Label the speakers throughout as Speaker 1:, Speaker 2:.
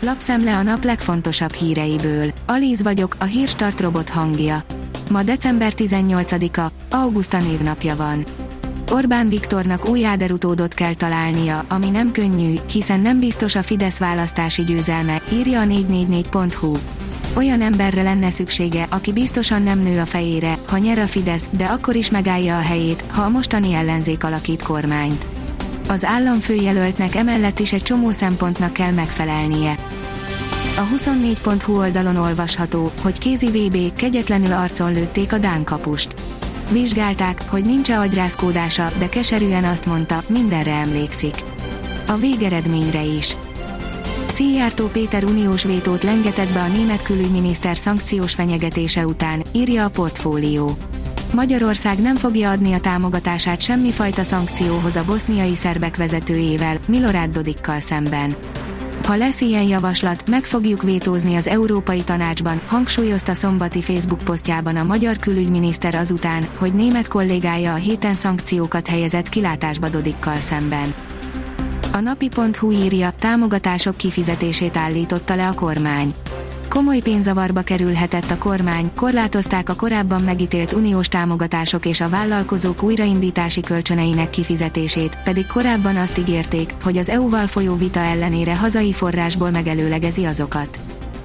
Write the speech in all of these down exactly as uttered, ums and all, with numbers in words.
Speaker 1: Lapszemle a nap legfontosabb híreiből. Alíz vagyok, a Hírstart robot hangja. Ma december tizennyolcadika, Auguszta névnapja van. Orbán Viktornak új áderutódot kell találnia, ami nem könnyű, hiszen nem biztos a Fidesz választási győzelme, írja a négy négy négy pont hu. Olyan emberre lenne szüksége, aki biztosan nem nő a fejére, ha nyer a Fidesz, de akkor is megállja a helyét, ha a mostani ellenzék alakít kormányt. Az államfőjelöltnek emellett is egy csomó szempontnak kell megfelelnie. A huszonnégy pont hu oldalon olvasható, hogy kézi vé bé, kegyetlenül arcon lőtték a dán kapust. Vizsgálták, hogy nincs-e agyrázkódása, de keserűen azt mondta, mindenre emlékszik. A végeredményre is. Szijjártó Péter uniós vétót lengetett be a német külügyminiszter szankciós fenyegetése után, írja a Portfólió. Magyarország nem fogja adni a támogatását semmifajta szankcióhoz a boszniai szerbek vezetőjével, Milorad Dodikkal szemben. Ha lesz ilyen javaslat, meg fogjuk vétózni az Európai Tanácsban, hangsúlyozta szombati Facebook posztjában a magyar külügyminiszter azután, hogy német kollégája a héten szankciókat helyezett kilátásba Dodikkal szemben. A napi pont hu írja, támogatások kifizetését állította le a kormány. Komoly pénzzavarba kerülhetett a kormány, korlátozták a korábban megítélt uniós támogatások és a vállalkozók újraindítási kölcsöneinek kifizetését, pedig korábban azt ígérték, hogy az é u-val folyó vita ellenére hazai forrásból megelőlegezi azokat.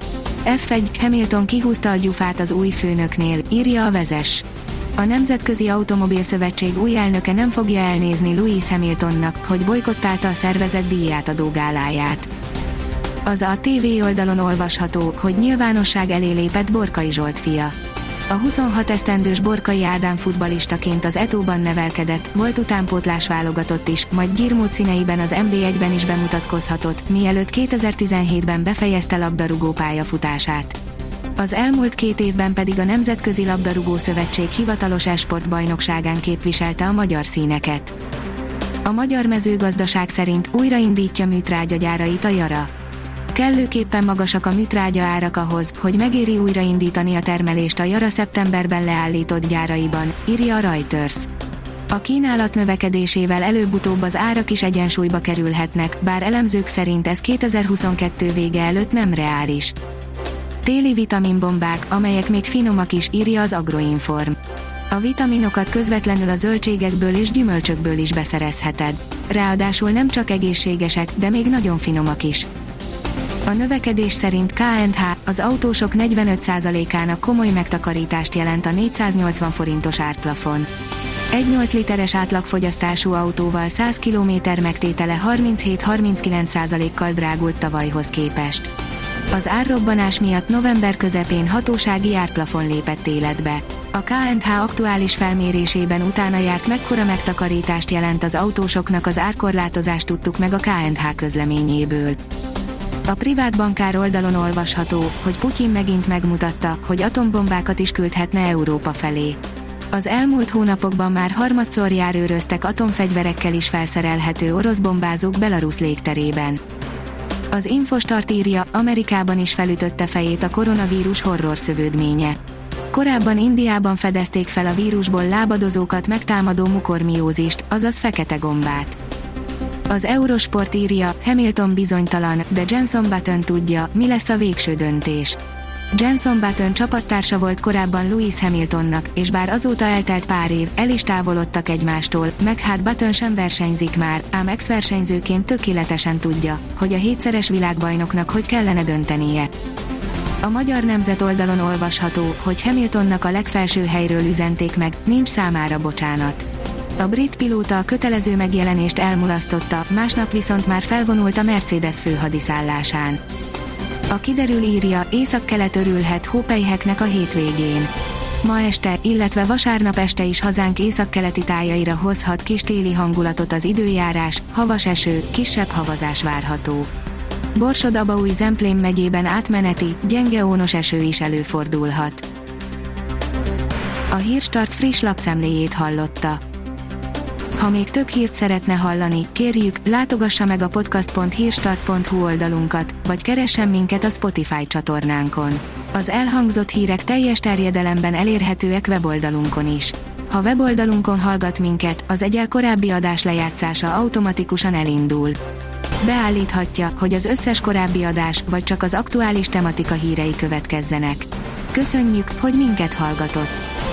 Speaker 1: ef egy Hamilton kihúzta a gyufát az új főnöknél, írja a Vezes. A Nemzetközi Automobil Szövetség új elnöke nem fogja elnézni Lewis Hamiltonnak, hogy bojkottálta a szervezet díjátadó gáláját. Az á té vé oldalon olvasható, hogy nyilvánosság elé lépett Borkai Zsolt fia. A huszonhat esztendős Borkai Ádám futballistaként az é té o-ban nevelkedett, volt utánpótlás válogatott is, majd Gyirmót színeiben az en bé egyben is bemutatkozhatott, mielőtt kétezer-tizenhétben befejezte labdarúgó pályafutását. Az elmúlt két évben pedig a Nemzetközi Labdarúgó Szövetség hivatalos e-sport bajnokságán képviselte a magyar színeket. A magyar mezőgazdaság szerint újraindítja műtrágyagyárait a Yara. Kellőképpen magasak a műtrágya árak ahhoz, hogy megéri újraindítani a termelést a Yara szeptemberben leállított gyáraiban, írja a Reuters. A kínálat növekedésével előbb-utóbb az árak is egyensúlyba kerülhetnek, bár elemzők szerint ez kétezer-huszonkettő vége előtt nem reális. Téli vitaminbombák, amelyek még finomak is, írja az Agroinform. A vitaminokat közvetlenül a zöldségekből és gyümölcsökből is beszerezheted. Ráadásul nem csak egészségesek, de még nagyon finomak is. A növekedés szerint ká és há, az autósok negyvenöt százalékának komoly megtakarítást jelent a négyszáznyolcvan forintos árplafon. Egy nyolc literes átlagfogyasztású autóval száz kilométer megtétele harminchét-harminckilenc százalékkal drágult tavalyhoz képest. Az árrobbanás miatt november közepén hatósági árplafon lépett életbe. A ká és há aktuális felmérésében utána járt, mekkora megtakarítást jelent az autósoknak az árkorlátozást, tudtuk meg a ká és há közleményéből. A privát bankár oldalon olvasható, hogy Putyin megint megmutatta, hogy atombombákat is küldhetne Európa felé. Az elmúlt hónapokban már harmadszor járőröztek atomfegyverekkel is felszerelhető orosz bombázók Belarusz légterében. Az Infostart írja, Amerikában is felütötte fejét a koronavírus horror szövődménye. Korábban Indiában fedezték fel a vírusból lábadozókat megtámadó mukormiózist, azaz fekete gombát. Az Eurosport írja, Hamilton bizonytalan, de Jenson Button tudja, mi lesz a végső döntés. Jenson Button csapattársa volt korábban Lewis Hamiltonnak, és bár azóta eltelt pár év, el is távolodtak egymástól, meg hát Button sem versenyzik már, ám ex-versenyzőként tökéletesen tudja, hogy a hétszeres világbajnoknak hogy kellene döntenie. A Magyar Nemzet oldalon olvasható, hogy Hamiltonnak a legfelső helyről üzenték meg, nincs számára bocsánat. A brit pilóta a kötelező megjelenést elmulasztotta, másnap viszont már felvonult a Mercedes főhadiszállásán. A Kiderül írja, észak-kelet örülhet hópelyheknek a hétvégén. Ma este, illetve vasárnap este is hazánk északkeleti tájaira hozhat kis téli hangulatot az időjárás, havas eső, kisebb havazás várható. Borsod-Abaúj-Zemplén megyében átmeneti, gyenge ónos eső is előfordulhat. A Hírstart friss lapszemléjét hallotta. Ha még több hírt szeretne hallani, kérjük, látogassa meg a podcast pont hírstart pont hu oldalunkat, vagy keressen minket a Spotify csatornánkon. Az elhangzott hírek teljes terjedelemben elérhetőek weboldalunkon is. Ha weboldalunkon hallgat minket, az egyel korábbi adás lejátszása automatikusan elindul. Beállíthatja, hogy az összes korábbi adás, vagy csak az aktuális tematika hírei következzenek. Köszönjük, hogy minket hallgatott!